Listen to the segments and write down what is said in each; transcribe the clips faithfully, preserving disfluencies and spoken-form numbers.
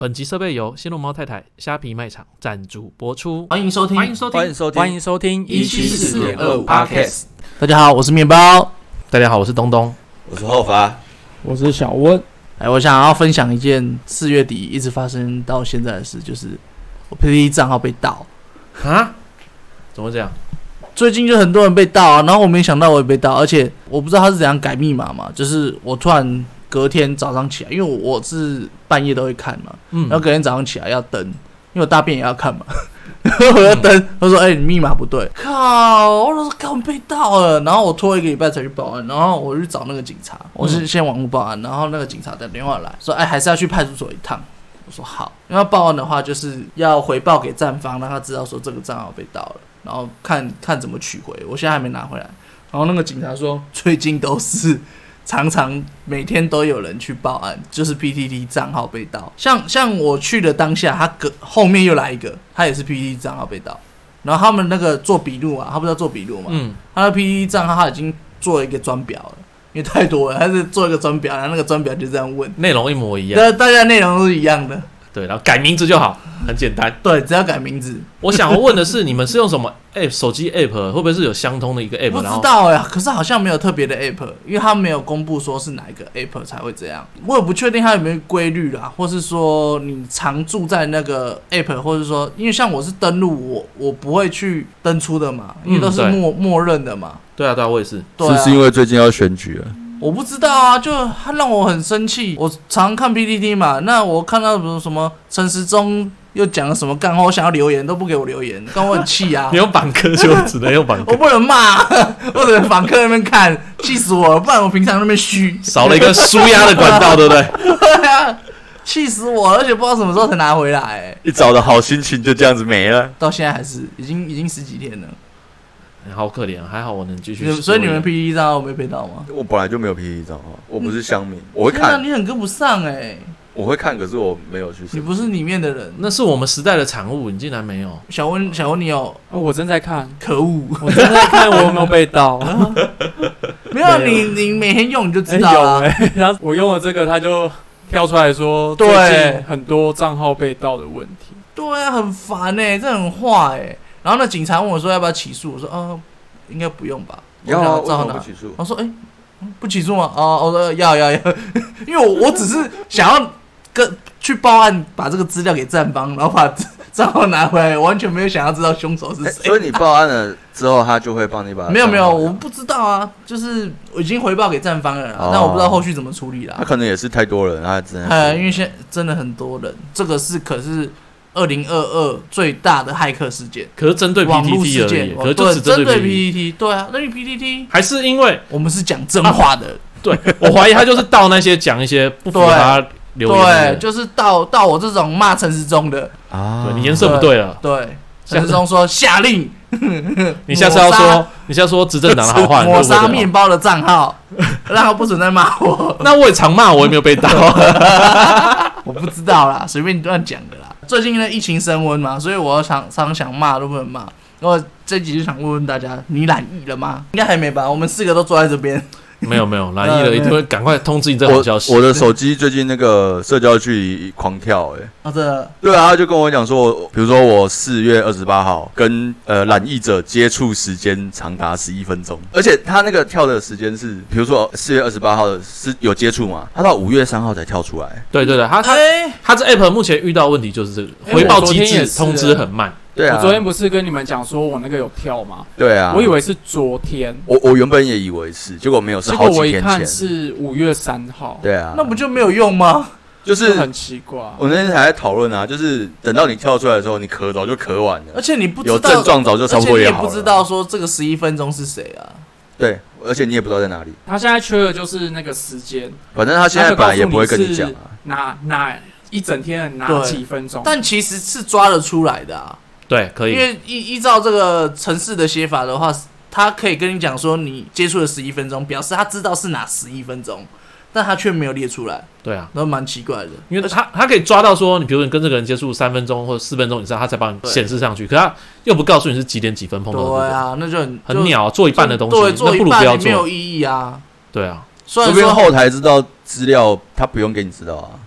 本集设备由新龙猫太太虾皮卖场赞助播出， 欢迎收听， 欢迎收听， 欢迎收听， 欢迎收听一七四四点二五 Podcast。 大家好，我是面包。 大家好，我是东东， 我是后发， 我是小温。 哎，我想要分享一件四月底一直发生到现在的事，就是我 P T T 账号被盗啊？怎么会这样？ 最近就很多人被盗啊，然后我没想到我也被盗，而且我不知道他是怎样改密码嘛，就是我突然隔天早上起来，因为我我是半夜都会看嘛，嗯，然后隔天早上起来要登，因为我大便也要看嘛，然后我要登，嗯、他说：“哎、欸，你密码不对。”靠！我说：“靠，被盗了。”然后我拖一个礼拜才去报案，然后我去找那个警察，我是先网络报案，然后那个警察打电话来说：“哎、欸，还是要去派出所一趟。”我说：“好。”因为报案的话，就是要回报给站方，让他知道说这个账号被盗了，然后看看怎么取回。我现在还没拿回来。然后那个警察说：“最近都是。”常常每天都有人去报案，就是 P T T 账号被盗。像像我去的当下，他隔后面又来一个，他也是 P T T 账号被盗。然后他们那个做笔录啊，他不是要做笔录嘛？嗯，他的 P T T 账号他已经做了一个专表了，因为太多了，他是做一个专表，然后那个专表就这样问， 内容一模一样， 对，大家内容都是一样的。 对，然后改名字就好，很简单。 对，只要改名字。 我想问的是，你们是用什么 app？ 手机 app 会不会是有相通的一个 app？ 不知道哎、欸，可是好像没有特别的 app， 因为他没有公布说是哪一个 app 才会这样。我也不确定它有没有规律啦，或是说你常住在那个 app， 或是说，因为像我是登录，我我不会去登出的嘛，因为都是默、嗯、默认的嘛。 对啊，对啊，我也是。 对啊、 是不是因为最近要选举了？ 我不知道啊，就他让我很生气。我常看 P T T 嘛，那我看到什么陈时中又讲了什么干话，我想要留言都不给我留言，刚我很气啊。 你用板客就只能用板客， 我不能骂，我只能访客那边看，气死我了。不然我平常那边虚， 少了一个舒压的管道，对不对？ 对啊，气死我了，而且不知道什么时候才拿回来、欸。 一早的好心情就这样子没了， 到现在还是已经已经十几天了。 好可怜，还好我能继续。 所以你们 P T T 账号没被盗吗？ 我本来就没有 P T T 账号，我不是乡民，我会看。 你很跟不上哎、欸。 我会看，可是我没有去。 你不是里面的人， 那是我们时代的产物，你竟然没有。 小温，小温，你有？ 哦，我正在看。 可恶！ 我正在看我有没有被盗。 没有，你你每天用你就知道了、 欸欸。然后我用了这个，他就跳出来说，最近很多账号被盗的问题。 对啊，很烦哎、欸，这很坏哎、欸。然后那警察问我说要不要起诉，我说啊。应该不用吧？ 要啊，为什么不起诉？ 我说，哎、欸，不起诉吗？哦，我说要要要，因为我我只是想要跟去报案，把这个资料给站方，然后把账号拿回来，完全没有想要知道凶手是谁、欸。 所以你报案了之后，他就会帮你把没有没有，我不知道啊，就是我已经回报给站方了啦，但、哦、我不知道后续怎么处理啦。 他可能也是太多人，他真的。 哎，因为现在真的很多人，这个是可是。二零二二最大的骇客事件， 可是针对 P T T 而已，可是就只针对 P T T， 对啊，那你 P T T 还是因为我们是讲真话的， 对我怀疑他就是盗那些讲一些不符合他留言的， 对，就是盗盗我这种骂陈时中的啊，对你颜色不对了， 对，陈时中说下令， 你下次要说，你下次说执政党的好话， 抹杀面包的账号，让他不准再骂我， 那我也常骂，我也没有被盗， 我不知道啦，随便乱讲的啦。最近呢，疫情升温嘛，所以我常常想骂都不能骂。然后这集就想问问大家，你染疫了吗？应该还没吧？我们四个都坐在这边。 没有没有，染疫了，一定会赶快通知你这个好消息。 我, 我的手机最近那个社交距离狂跳、欸，哎， 啊，真的？ 对啊，他就跟我讲说，比如说我四月二十八号跟呃染疫者接触时间长达十一分钟，而且他那个跳的时间是，比如说四月二十八号是有接触嘛，他到五月三号才跳出来。 对对对，他他、欸、他这 app 目前遇到问题就是这个回报机制通知很慢。 对啊， 我昨天不是跟你们讲说我那个有跳吗？ 对啊， 我以为是昨天， 我我原本也以为是，结果没有，是好几天前。 结果我一看是五月三号。 对啊， 那不就没有用吗？ 就是很奇怪。 我那天还在讨论啊，就是等到你跳出来的时候，你咳早就咳完了， 而且你不知道有症状早就差不多也好了， 而且你也不知道说这个十一分钟是谁啊？ 对，而且你也不知道在哪里。 他现在缺的就是那个时间， 反正他现在本来也不会跟你讲啊， 哪哪一整天的哪几分钟， 但其实是抓得出来的啊。 对，可以， 因为依依照这个程式的写法的话，他可以跟你讲说你接触了十一分钟，表示他知道是哪十一分钟，但他却没有列出来。 对啊， 那蛮奇怪的， 因为他他可以抓到说，你比如说你跟这个人接触三分钟或者四分钟以上，他才帮你显示上去，可是他又不告诉你是几点几分碰到的、這個。 对啊，那就很很鸟、啊，做一半的东西， 对，做一半也没有意义啊。 对啊， 说不定后台知道资料，他不用给你知道啊。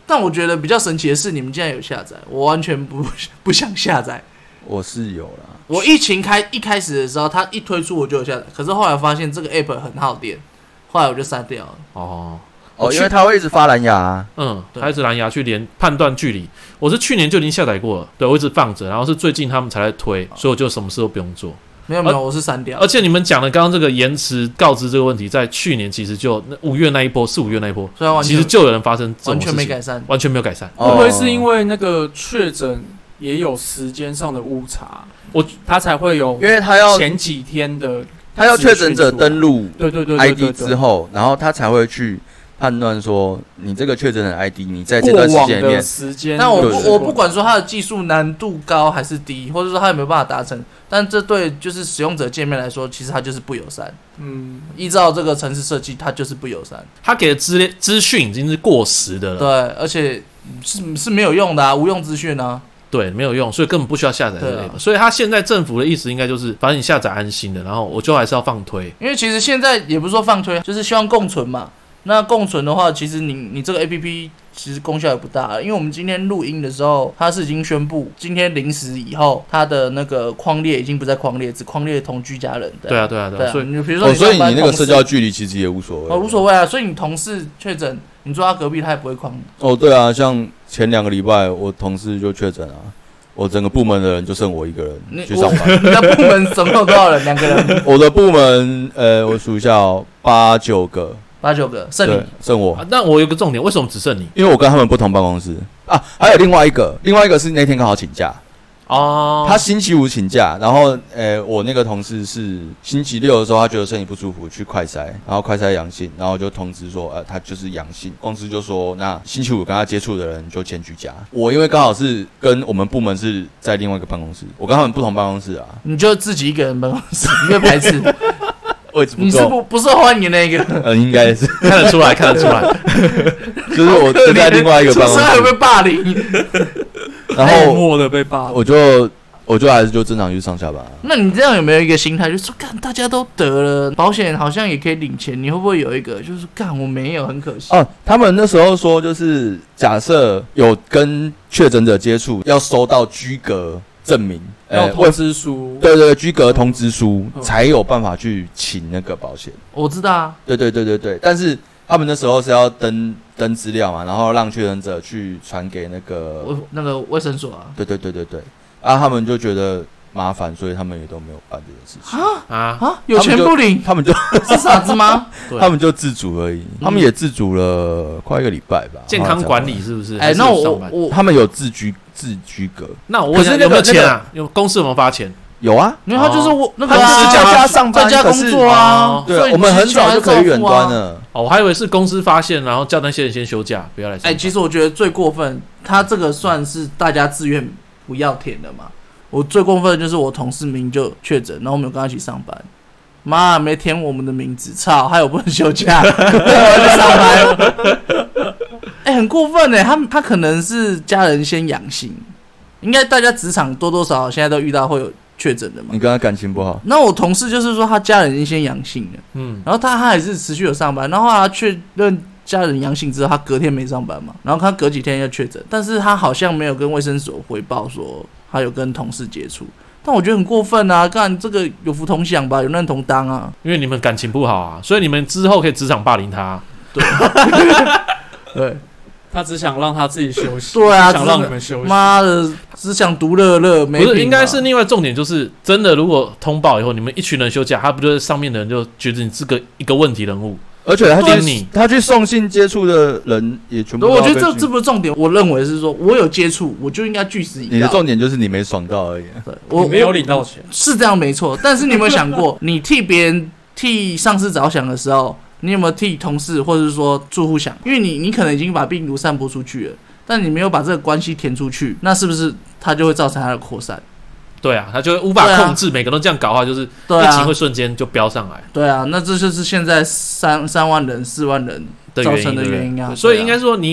但我觉得比较神奇的是，你们竟然有下载，我完全不不想下载。 我是有啦。 我疫情开一开始的时候，它一推出我就有下载，可是后来发现这个 app 很耗电，后来我就删掉了。 哦哦，因为它会一直发蓝牙、啊。 嗯，它一直蓝牙去连判断距离。我是去年就已经下载过了，对我一直放着，然后是最近他们才来推，所以我就什么事都不用做。 没有没有，我是删掉。 而且你们讲的刚刚这个延迟告知这个问题，在去年其实就五月那一波，四五月那一波，其实就有人发生这种事情， 完全没改善， 完全没有改善。 会不会是因为那个确诊也有时间上的误差，我他才会有， 因为他要前几天的， 他要确诊者登录对对对 I D 之后，然后他才会去判断说你这个确诊的 I D， 你在这段时间里面， 时间， 但我不我不管说它的技术难度高还是低，或者说它有没有办法达成，但这对就是使用者界面来说，其实它就是不友善。嗯，依照这个程式设计，它就是不友善。 它给的资资讯已经是过时的了， 对，而且是是没有用的啊，无用资讯啊。 对，没有用，所以根本不需要下载这个 app。所以他现在政府的意思应该就是，反正你下载安心的，然后我就还是要放推。 因为其实现在也不是说放推，就是希望共存嘛。那共存的话，其实你你这个 app 其实功效也不大，因为我们今天录音的时候，它是已经宣布今天零时以后，它的那个匡列已经不在匡列，只匡列同居家人。 对啊，对啊，对啊。 对啊， 所以你比如说你、 哦，所以你那个社交距离其实也无所谓。 哦，无所谓啊。所以你同事确诊，你坐他隔壁，他也不会匡。 哦，对啊，像前两个礼拜我同事就确诊啊。我整个部门的人就剩我一个人去上班。 你的部门总共有多少人？两个人。 我的部门，呃，我数一下哦，八九个， 八九个，剩你， 剩我。 啊、那我有个重点，为什么只剩你？ 因为我跟他们不同办公室啊。还有另外一个，另外一个是那天刚好请假。 哦， 他星期五请假，然后呃，我那个同事是星期六的时候，他觉得身体不舒服，去快筛，然后快筛阳性，然后就通知说，呃，他就是阳性。公司就说，那星期五跟他接触的人就先居家。我因为刚好是跟我们部门是在另外一个办公室，我跟他们不同办公室啊。 你就自己一个人办公室，你会排斥？ 位置不够， 你是不不受欢迎的那个？ 呃，应该是看得出来，看得出来， 就是我就在另外一个办公室， 会不会霸凌？ 然后默的被霸， 我就我就还是就正常去上下班、啊。 那你这样有没有一个心态，就是说，干大家都得了，保险好像也可以领钱，你会不会有一个，就是干我没有，很可惜哦？他们那时候说，就是假设有跟确诊者接触，要收到居隔证明， 要通知书， 对对，居隔通知书、嗯、才有办法去请那个保险。 我知道啊， 对对对对对，但是他们那时候是要登登资料嘛，然后让确诊者去传给那个那个卫生所啊。 对对对对对，啊，他们就觉得麻烦，所以他们也都没有办这件事情。 啊啊！有钱不领， 他们就，他们就是傻子吗？ 他们就自主而已，他们也自主了快一个礼拜吧。 健康管理是不是？ 哎、欸，那我我他们有自居自居隔。 那我问、那個、有没有钱啊？有公司有没有发钱？ 有啊， 因为他就是我、哦、那个、 啊、他在家上班， 在家工作啊。 对，我们很早就可以远端了。 哦，我还以为是公司发现，然后叫那些人先休假，不要来上班。 哎、欸，其实我觉得最过分，他这个算是大家自愿不要填的嘛。我最过分的就是我同事明就确诊，然后我们有跟他一起上班，妈没填我们的名字，操，还有不能休假，我去上班。哎、欸，很过分哎，他他可能是家人先阳性，应该大家职场多多少少现在都遇到会有确诊的嘛。 你跟他感情不好？ 那我同事就是说他家人已经先阳性了，嗯，然后他他还是持续有上班，然后他确认家人阳性之后，他隔天没上班嘛，然后他隔几天要确诊，但是他好像没有跟卫生所回报说他有跟同事接触，但我觉得很过分啊！干这个有福同享吧，有难同当啊！ 因为你们感情不好啊，所以你们之后可以职场霸凌他。 对，对， 他只想让他自己休息。 对啊， 想让你们休息。 妈的，只想独乐乐，没不是，应该是另外重点就是真的，如果通报以后，你们一群人休假，他不就是上面的人就觉得你是个一个问题人物？ 而且他去他去送信接触的人也全部都。 我觉得这这不是重点，我认为是说我有接触，我就应该据实以告。 你的重点就是你没爽到而已。 对，我没有领到钱， 是这样没错。但是你有没有想过，你替别人替上司着想的时候，你有没有替同事或者是说住户想？因为你你可能已经把病毒散播出去了，但你没有把这个关系填出去，那是不是它就会造成它的扩散？ 对啊，他就会无法控制，啊、每个人都这样搞的话，就是疫情会瞬间就飙上来。 对啊，那这就是现在三三万人、四万人造成的原因啊。 所以应该说，你有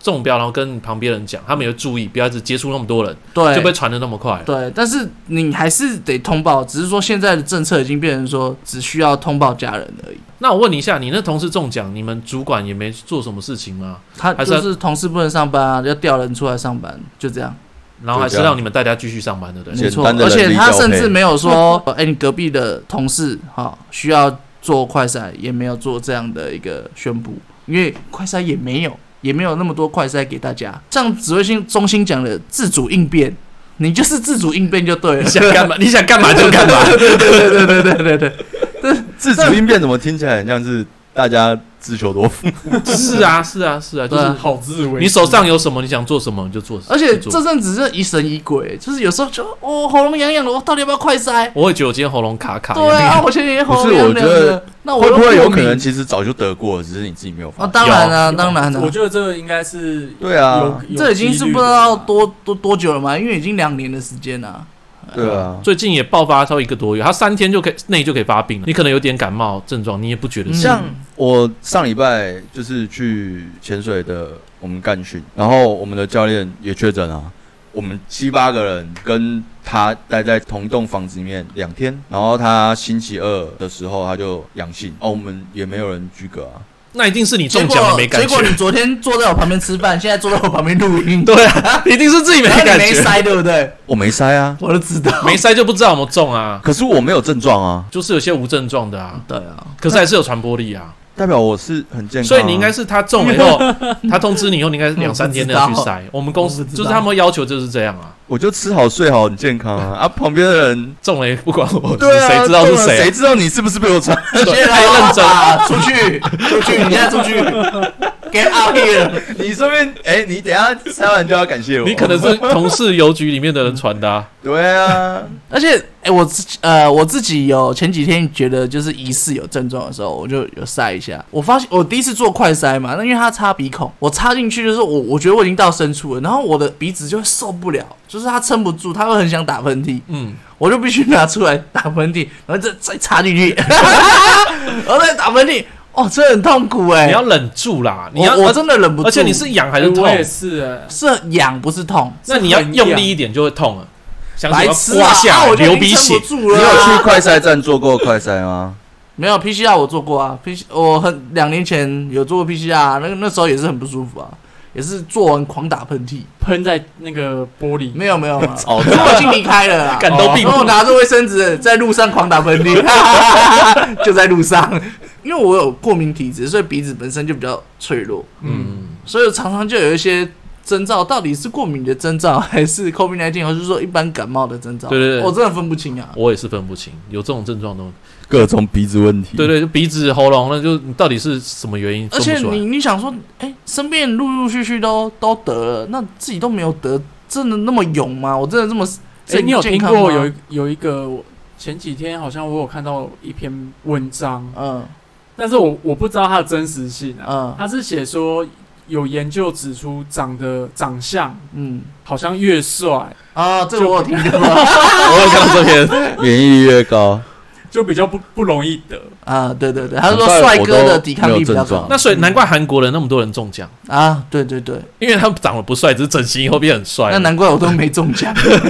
中标，然后跟旁边人讲，他们也会注意，不要一直接触那么多人， 对， 就被传的那么快。 对，但是你还是得通报，只是说现在的政策已经变成说只需要通报家人而已。 那我问你一下，你那同事中奖，你们主管也没做什么事情吗？ 他就是同事不能上班啊，要调人出来上班，就这样。 然后还是让你们大家继续上班的，对， 没错。而且他甚至没有说，哎、欸，你隔壁的同事哈需要做快筛，也没有做这样的一个宣布，因为快筛也没有，也没有那么多快筛给大家。像指挥中心讲的自主应变，你就是自主应变就对了。 你想干嘛？你想干嘛就干嘛。 对对对对对对对对对。 自主应变怎么听起来很像是大家自求多福？ 是啊，是啊，是啊，就是好自为。 你手上有什么，你想做什么你就做什么。 而且这阵子是疑神疑鬼，就是有时候就哦喉咙痒痒的，我到底要不要快筛？ 我会觉得我今天喉咙卡卡。 对啊，我前几天喉咙痒痒的。那我会不会有可能其实早就得过了，只是你自己没有发现？ 啊，当然啊，当然啊。 我觉得这个应该是对啊， 这已经是不知道多多多久了嘛，因为已经两年的时间了。 对啊， 最近也爆发超一个多月，他三天就可以内就可以发病了。你可能有点感冒症状，你也不觉得。 像我上礼拜就是去潜水的，我们干训，然后我们的教练也确诊啊。我们七八个人跟他待在同一栋房子里面两天，然后他星期二的时候他就阳性，哦，我们也没有人居隔啊。 那一定是你中奖你没感觉。 结果你昨天坐在我旁边吃饭，现在坐在我旁边录音。 对啊，一定是自己没感觉。 你没塞对不对？ 我没塞啊， 我都知道。 没塞就不知道有没有中啊。 可是我没有症状啊， 就是有些无症状的啊。 对啊， 可是还是有传播力啊。 代表我是很健康、啊， 所以你应该是他中了以后，他通知你以后，你应该两三天内要去筛。我们公司就是他们会要求就是这样啊。 我就吃好睡好，很健康啊。啊，旁边的人中了也不管我， 对啊， 谁知道是谁、啊？ 谁知道你是不是被我传？ 太认真了，出去，出去，你现在出去 ，get out here。 你顺便，哎、欸，你等一下筛完就要感谢我。 你可能是同事邮局里面的人传的、啊。 对啊， 而且，哎、欸，我自呃我自己有前几天觉得就是疑似有症状的时候，我就有筛一下。我发现我第一次做快筛嘛，那因为它插鼻孔，我插进去就是我我觉得我已经到深处了，然后我的鼻子就会受不了，就是它撑不住，它会很想打喷嚏，嗯，我就必须拿出来打喷嚏，然后再再插进去，然后再打喷嚏。哦，这很痛苦哎、欸！ 你要忍住啦，你要我, 我真的忍不住。 而且你是痒还是痛？ 我也是哎、欸， 是痒不是痛。 那你要用力一点就会痛了。 白痴刮下来、 啊！ 流鼻血。 你有去快筛站做过快筛吗？ 没有 P C R 我做过啊 ，P C 我很两年前有做过 P C R， 那个那时候也是很不舒服啊，也是做完狂打喷嚏， 喷在那个玻璃。 没有没有嘛，我已经离开了啦， 感都病。 然后我拿着卫生纸在路上狂打喷嚏，就在路上。因为我有过敏体质，所以鼻子本身就比较脆弱，嗯，所以常常就有一些征兆，到底是过敏的征兆，还是 COVID 十九， 或是说一般感冒的征兆？ 对对对， 我真的分不清啊。 我也是分不清，有这种症状都各种鼻子问题。 对对，就鼻子、喉咙，那就到底是什么原因？ 而且你你想说，哎、欸，身边陆陆续续都都得了，那自己都没有得，真的那么勇吗？我真的这么？ 哎、欸，你有听过有有一个前几天好像我有看到一篇文章，嗯。但是我我不知道它的真实性啊，嗯，它是写说有研究指出长得长相，嗯，好像越帅啊，这个我有听过， 我有看到这篇， 免疫力越高， 就比较不不容易得啊，对对对，他说帅哥的抵抗力比较高， 那所以难怪韩国人那么多人中奖啊，对对对， 因为他们长得不帅，只是整形以后变很帅， 那难怪我都没中奖。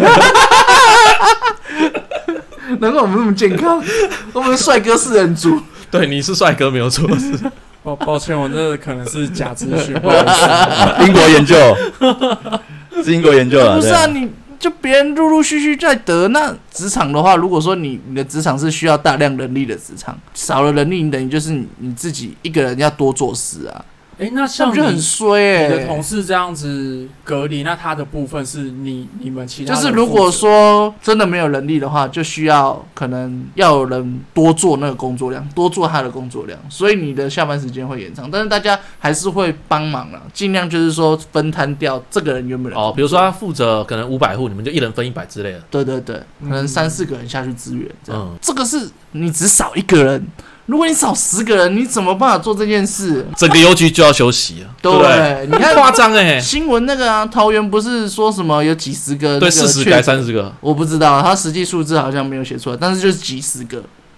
难怪我们那么健康，我们帅哥四人组。 对，你是帅哥没有错。 抱抱歉，我这可能是假资讯，不好意思。 英国研究是英国研究啦， 不是啊？你就别人陆陆续续在得，那职场的话，如果说你你的职场是需要大量人力的职场，少了人力，你等于就是你你自己一个人要多做事啊。 哎、欸，那像就很衰哎、欸！ 你的同事这样子隔离，那他的部分是你你们其他就是如果说真的没有人力的话，就需要可能要有人多做那个工作量，多做他的工作量，所以你的下班时间会延长。但是大家还是会帮忙啦，尽量就是说分摊掉这个人原本的哦，比如说他负责可能五百户，你们就一人分一百之类的。 对对对，可能三四个人下去支援这样。嗯、这个是你只少一个人。如果你少十个人，你怎么办法做这件事？ 整个邮局就要休息了， 对不对？你看夸张哎！ 新闻那个啊，桃园不是说什么有几十个？ 对，四十个还三十个？ 我不知道，他实际数字好像没有写出来，但是就是几十个。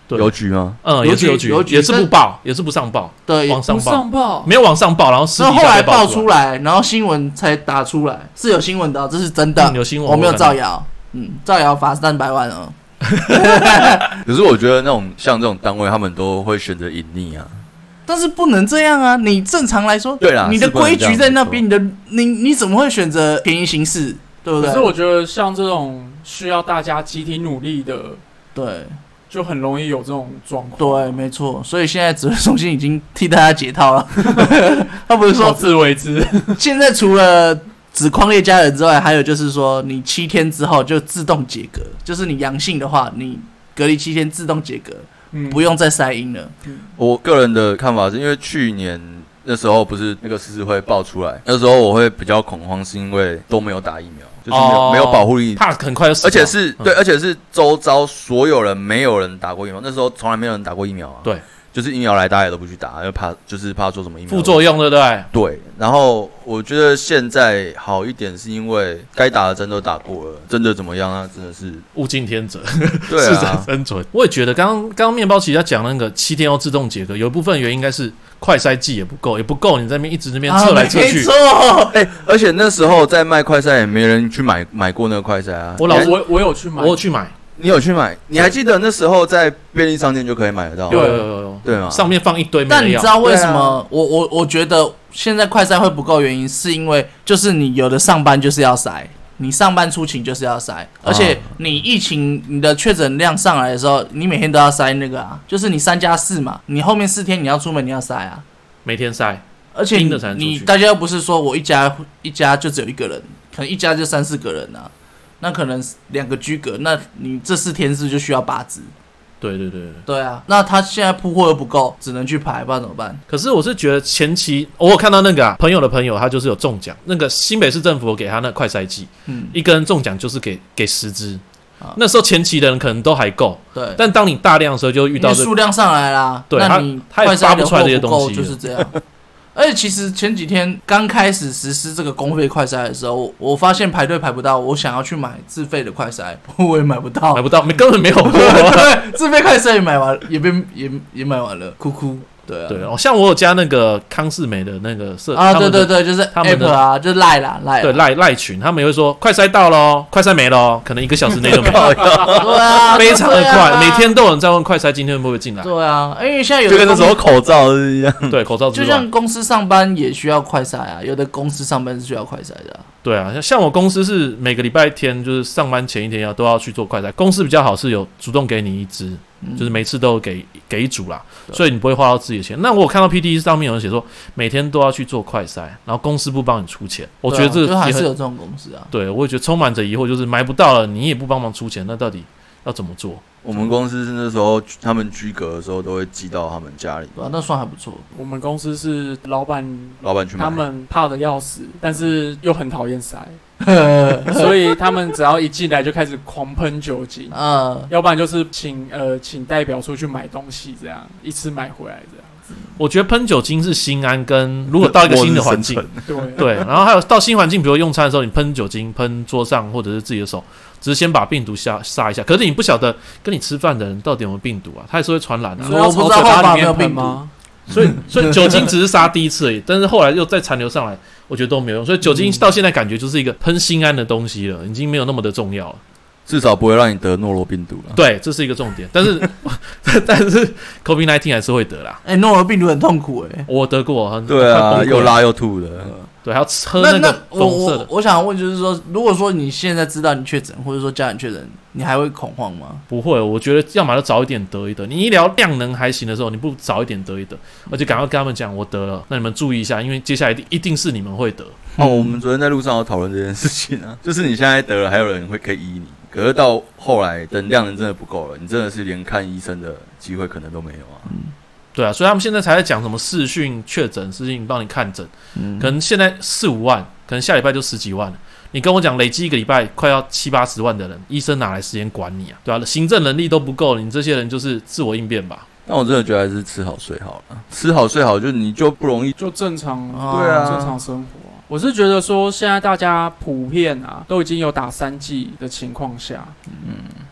邮局吗？ 嗯，也是邮局，也是不报，也是不上报， 对， 往上报， 不上报， 没有往上报，然后私底下后来报出来，然后新闻才打出来，是有新闻的，这是真的， 嗯、有新闻， 我没有造谣，嗯，造谣罚三百万哦。 可是我觉得那种像这种单位，他们都会选择隐匿啊。 但是不能这样啊！你正常来说， 对啦， 你的规矩在那边，你的你你怎么会选择便宜行事？对不对？ 可是我觉得像这种需要大家集体努力的， 对， 就很容易有这种状况。 对，没错。所以现在指挥中心已经替大家解套了。他不是说自为之。 现在除了指匡列家人之外，还有就是说，你七天之后就自动解隔，就是你阳性的话，你隔离七天自动解隔。嗯、不用再塞阴了。 嗯、我个人的看法是因为去年那时候不是那个狮子会爆出来，那时候我会比较恐慌，是因为都没有打疫苗，就是没有、哦、没有保护力， 怕很快就死掉， 而且是、 嗯、 对，而且是周遭所有人没有人打过疫苗，那时候从来没有人打过疫苗啊。 对。 就是疫苗来，大家也都不去打，因为怕就是怕做什么疫苗副作用，对不对？ 对。然后我觉得现在好一点，是因为该打的针都打过了，真的怎么样啊？真的是物竞天择， 对啊， 适者生存。我也觉得，刚刚刚刚面包其实他讲那个七天要自动解隔，有一部分原因应该是快筛剂也不够，也不够，你在那边一直那边测来测去。 没错， 哎、欸，而且那时候在卖快筛，也没人去买买过那个快筛啊。 我老我我有去买， 我有去买。 你有去买？你还记得那时候在便利商店就可以买得到？ 有有有有， 对吗？ 上面放一堆没人要。 但你知道为什么？啊、我我我觉得现在快筛会不够，原因是因为就是你有的上班就是要筛，你上班出勤就是要筛，而且你疫情你的确诊量上来的时候，你每天都要筛那个啊，就是你三加四嘛，你后面四天你要出门你要筛啊， 每天筛， 而且 你, 你大家又不是说我一家一家就只有一个人，可能一家就三四个人啊。那可能两个居隔，那你这四天是就需要八支。 对对对对啊，那他现在铺货又不够，只能去排，不知道怎么办。 可是我是觉得前期我有看到那个、啊、朋友的朋友，他就是有中奖，那个新北市政府给他那快筛剂，嗯，一个人中奖就是给给十支。那时候前期的人可能都还够， 对。 但当你大量的时候，就遇到、這個、 数量上来啦， 对， 那你他也发不出来这些东西， 就是这样。而且其实前几天刚开始实施这个公费快筛的时候，我发现排队排不到，我想要去买自费的快筛，我也买不到， 买不到，根本没有货。 对，自费快筛也买完，也被也也买完了，哭哭。对啊， 对哦，像我有加那个康世美的那个社啊，对对对，就是 App 啊，就是赖啦赖， 对赖赖群，他们也会说快筛到咯，快筛没咯，可能一个小时内就没了， 对啊， 非常的快，每天都有人在问快筛今天会不会进来。 对啊，因为现在有就跟那时候口罩是一样， 对口罩之外， 就像公司上班也需要快筛啊，有的公司上班是需要快筛的、啊。 对啊，像我公司是每个礼拜天就是上班前一天要都要去做快筛，公司比较好是有主动给你一支。就是每次都给给一组啦，所以你不会花到自己的钱。那我有看到 P T 上面有人写说，每天都要去做快筛，然后公司不帮你出钱。我觉得这个、 啊、就还是有这种公司啊。 对，我也觉得充满着疑惑，就是买不到了，你也不帮忙出钱，那到底要怎么做？ 我们公司是那时候他们居隔的时候都会寄到他们家里， 对啊，那算还不错。 我们公司是老板， 老板去买， 他们怕的要死，但是又很讨厌塞。所以他们只要一进来就开始狂喷酒精，嗯，要不然就是请呃请代表出去买东西，这样一次买回来这样子。 我觉得喷酒精是心安，跟如果到一个新的环境， 对对，然后还有到新环境，比如用餐的时候，你喷酒精喷桌上或者是自己的手，只是先把病毒杀杀一下。可是你不晓得跟你吃饭的人到底有没有病毒啊，他也是会传染啊。 我不知道后面没有病吗？ 所以，所以酒精只是杀第一次而已，但是后来又再残留上来，我觉得都没有用。所以酒精到现在感觉就是一个喷心安的东西了，已经没有那么的重要了。 至少不会让你得诺罗病毒了。 对，这是一个重点。但是，但是 COVID 十九 还是会得啦。 哎、欸，诺罗病毒很痛苦哎、欸， 我得过，很对啊，又拉又吐的。 对，还要喝那个红色的。 我我想问，就是说，如果说你现在知道你确诊，或者说家人确诊，你还会恐慌吗？ 不会，我觉得要么就早一点得一得。你医疗量能还行的时候，你不早一点得一得，而且赶快跟他们讲我得了，那你们注意一下，因为接下来一定一定是你们会得。 哦，我们昨天在路上有讨论这件事情啊，就是你现在得了，还有人会可以医你，可是到后来等量能真的不够了，你真的是连看医生的机会可能都没有啊。 嗯，对啊，所以他们现在才在讲什么视讯确诊，视讯帮你看诊，嗯，可能现在四五万，可能下礼拜就十几万了。你跟我讲，累积一个礼拜快要七八十万的人，医生哪来时间管你啊？对啊，行政能力都不够，你这些人就是自我应变吧。 那我真的觉得还是吃好睡好了，吃好睡好，就你就不容易就正常， 对啊， 正常生活。我是觉得说，现在大家普遍啊，都已经有打三剂的情况下，嗯，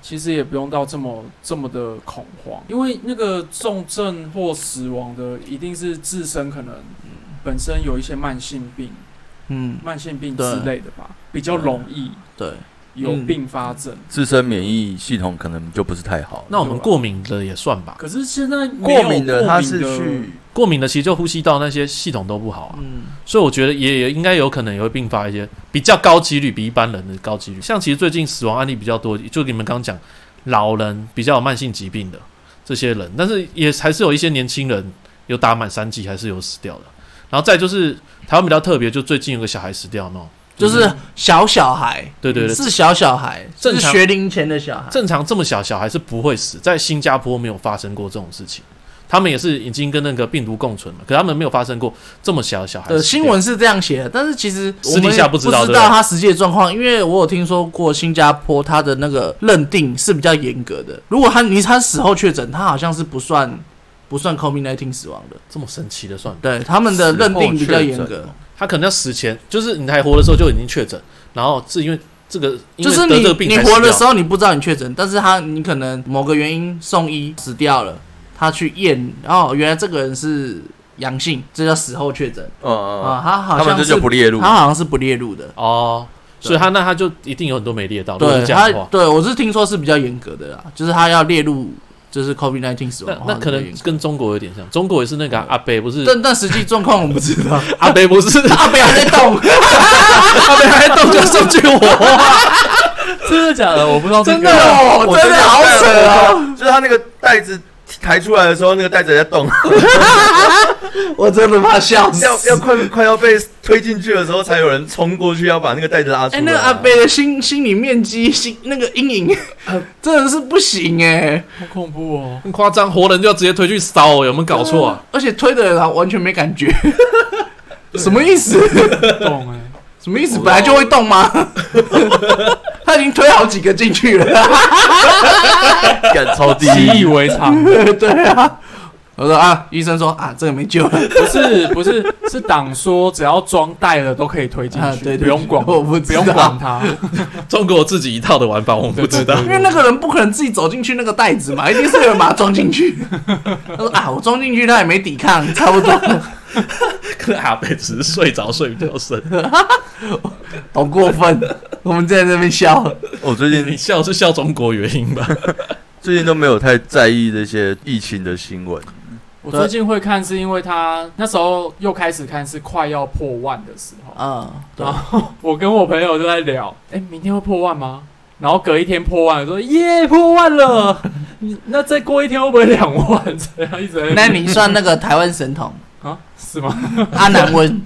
其实也不用到这么这么的恐慌，因为那个重症或死亡的一定是自身可能本身有一些慢性病，嗯，慢性病之类的吧，比较容易对有并发症， 自身免疫系统可能就不是太好。 那我们过敏的也算吧？ 可是现在过敏的他是去过敏的，其实就呼吸道那些系统都不好啊，嗯，所以我觉得也也应该有可能也会并发一些比较高几率，比一般人的高几率。像其实最近死亡案例比较多，就你们刚刚讲老人比较有慢性疾病的这些人，但是也还是有一些年轻人有打满三剂还是有死掉的。然后再就是台湾比较特别，就最近有个小孩死掉那种。 就是小小孩， 对对对， 是小小孩，是学龄前的小孩。 正常这么小小孩是不会死，在新加坡没有发生过这种事情。他们也是已经跟那个病毒共存了，可他们没有发生过这么小的小孩。 呃，新闻是这样写的，但是其实私底下不知道， 不知道他实际的状况，因为我有听说过新加坡他的那个认定是比较严格的。如果他你他死后确诊，他好像是不算不算 COVID 十九 死亡的， 这么神奇的算？ 对，他们的认定比较严格。 他可能要死前，就是你还活的时候就已经确诊，然后是因为这个， 就是你你活的时候你不知道你确诊，但是他你可能某个原因送医死掉了，他去验，然后原来这个人是阳性，这叫死后确诊。 嗯嗯啊，他好像是他们这就不列入， 他好像是不列入的哦，所以他那他就一定有很多没列到。 对，他对我是听说是比较严格的啦，就是他要列入。就是 COVID 十九 死亡的话， 那那可能跟中国有点像，中国也是那个阿伯不是， 但但实际状况我不知道， 阿伯不是阿伯还在动， 阿伯还在动就送救我， 真的假的？我不知道这个， 真的哦，真的好扯哦， 就是他那个袋子抬出来的时候，那个袋子在动， 我真的怕笑死， 要要快快要被推进去的时候，才有人冲过去要把那个袋子拉出来。 哎、欸，那个阿伯的心心理面积、心那个阴影，真的是不行哎、欸， 好恐怖哦， 很夸张，活人就要直接推去烧，有没有搞错啊？ 而且推的人完全没感觉，什么意思？ 动哎、欸， 什么意思？本来就会动吗？他已经推好几个进去了， 敢超低， 习以为常。 对啊。我说啊，医生说啊，这个没救了。 不是不是，是党说只要装袋了都可以推进去，啊、对对对不用管， 我不不用管它。 中国自己一套的玩法，我们不知道， 因为那个人不可能自己走进去那个袋子嘛，一定是有人把它装进去。他说啊，我装进去，他也没抵抗，差不多。 可能阿伯只是睡着睡比较深， 好过分！我们在这边笑。 我最近你笑是笑中国原因吧？ 最近都没有太在意这些疫情的新闻。 我最近会看，是因为他那时候又开始看，是快要破万的时候。 嗯， 然后我跟我朋友就在聊，哎、欸，明天会破万吗？然后隔一天破万，说耶破万了，那再过一天会不会两万？这样一直在。 那你算那个台湾神童啊？是吗？ 阿南温。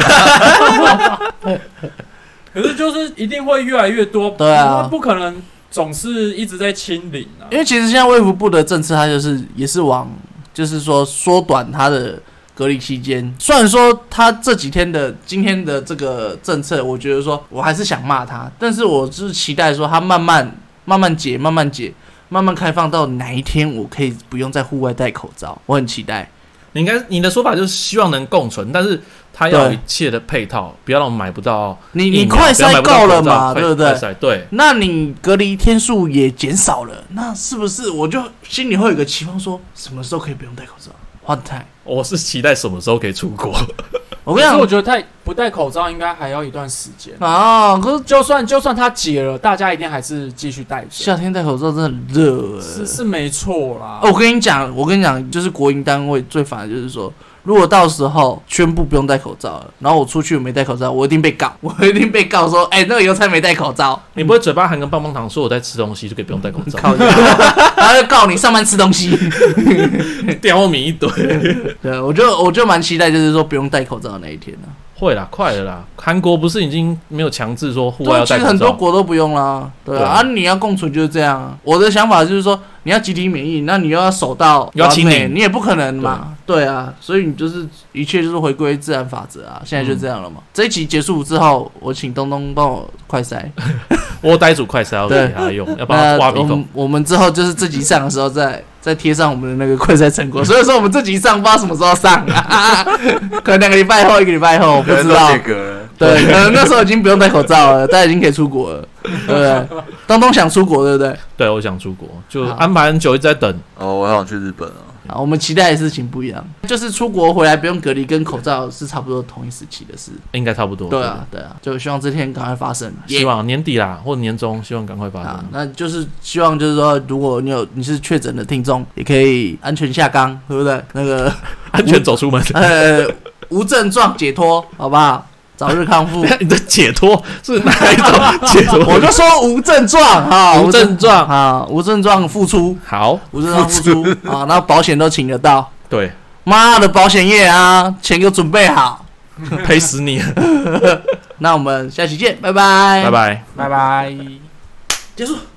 可是就是一定会越来越多， 对啊， 不可能总是一直在清零啊。 因为其实现在卫福部的政策，它就是也是往。就是说，缩短他的隔离期间。虽然说他这几天的今天的这个政策，我觉得说我还是想骂他，但是我就是期待说他慢慢慢慢解，慢慢解，慢慢开放到哪一天我可以不用在户外戴口罩，我很期待。 你应该你的说法就是希望能共存，但是他要有一切的配套，不要让我们买不到你你快筛够了嘛，对不对？ 对， 那你隔离天数也减少了，那是不是我就心里会有个期望，说什么时候可以不用戴口罩？换台， 我是期待什么时候可以出国。 我跟你讲， 我觉得戴不戴口罩应该还要一段时间啊。可是就算就算它解了，大家一定还是继续戴着。 夏天戴口罩真的很热、欸， 是是没错啦。 哦，我跟你讲，我跟你讲，就是国营单位最烦的就是说，如果到时候宣布不用戴口罩了，然后我出去没戴口罩，我一定被告，我一定被告说，哎、欸，那个邮差没戴口罩。 你不会嘴巴含个棒棒糖，说我在吃东西就可以不用戴口罩， 然后就告你上班吃东西， 刁民一堆。 对，我就我就蛮期待，就是说不用戴口罩的那一天呢、啊。 会啦，快了啦！韩国不是已经没有强制说户外要戴口罩？ 其实很多国都不用啦，对啊。对啊，你要共存就是这样啊。我的想法就是说，你要集体免疫，那你又要守到要清零， 你也不可能嘛。对, 对啊，所以你就是一切就是回归自然法则啊。现在就这样了嘛。嗯、这一集结束之后，我请东东帮我快筛， 我呆煮快筛要给他用，要帮他挖鼻孔。 我们之后就是这集上的时候再。再贴上我们的那个快筛成果，所以说我们这集上不知道什么时候上，可能两个礼拜后、一个礼拜后，我不知道。对，可能那时候已经不用戴口罩了，大家已经可以出国了，对不对？ 东东想出国，对不对？ 对，我想出国，就安排很久，一直在等。 哦，我想去日本啊。 啊，我们期待的事情不一样，就是出国回来不用隔离，跟口罩是差不多同一时期的事， 应该差不多。 对啊，对啊，就希望这天赶快发生。 希望年底啦，或年中，希望赶快发生。 啊，那就是希望就是说，如果你有你是确诊的听众，也可以安全下岗，对不对？那个安全走出门， 呃，无症状解脱，好不好？早日康复。 你的解脱是哪一种解脱？ 我就说无症状哈， 无症状啊，无症状付出， 好， 无症状付出啊，那保险都请得到。 对， 妈的保险业啊，钱给我准备好， 赔死你！ 那我们下期见，拜拜， 拜拜， 拜拜， 结束。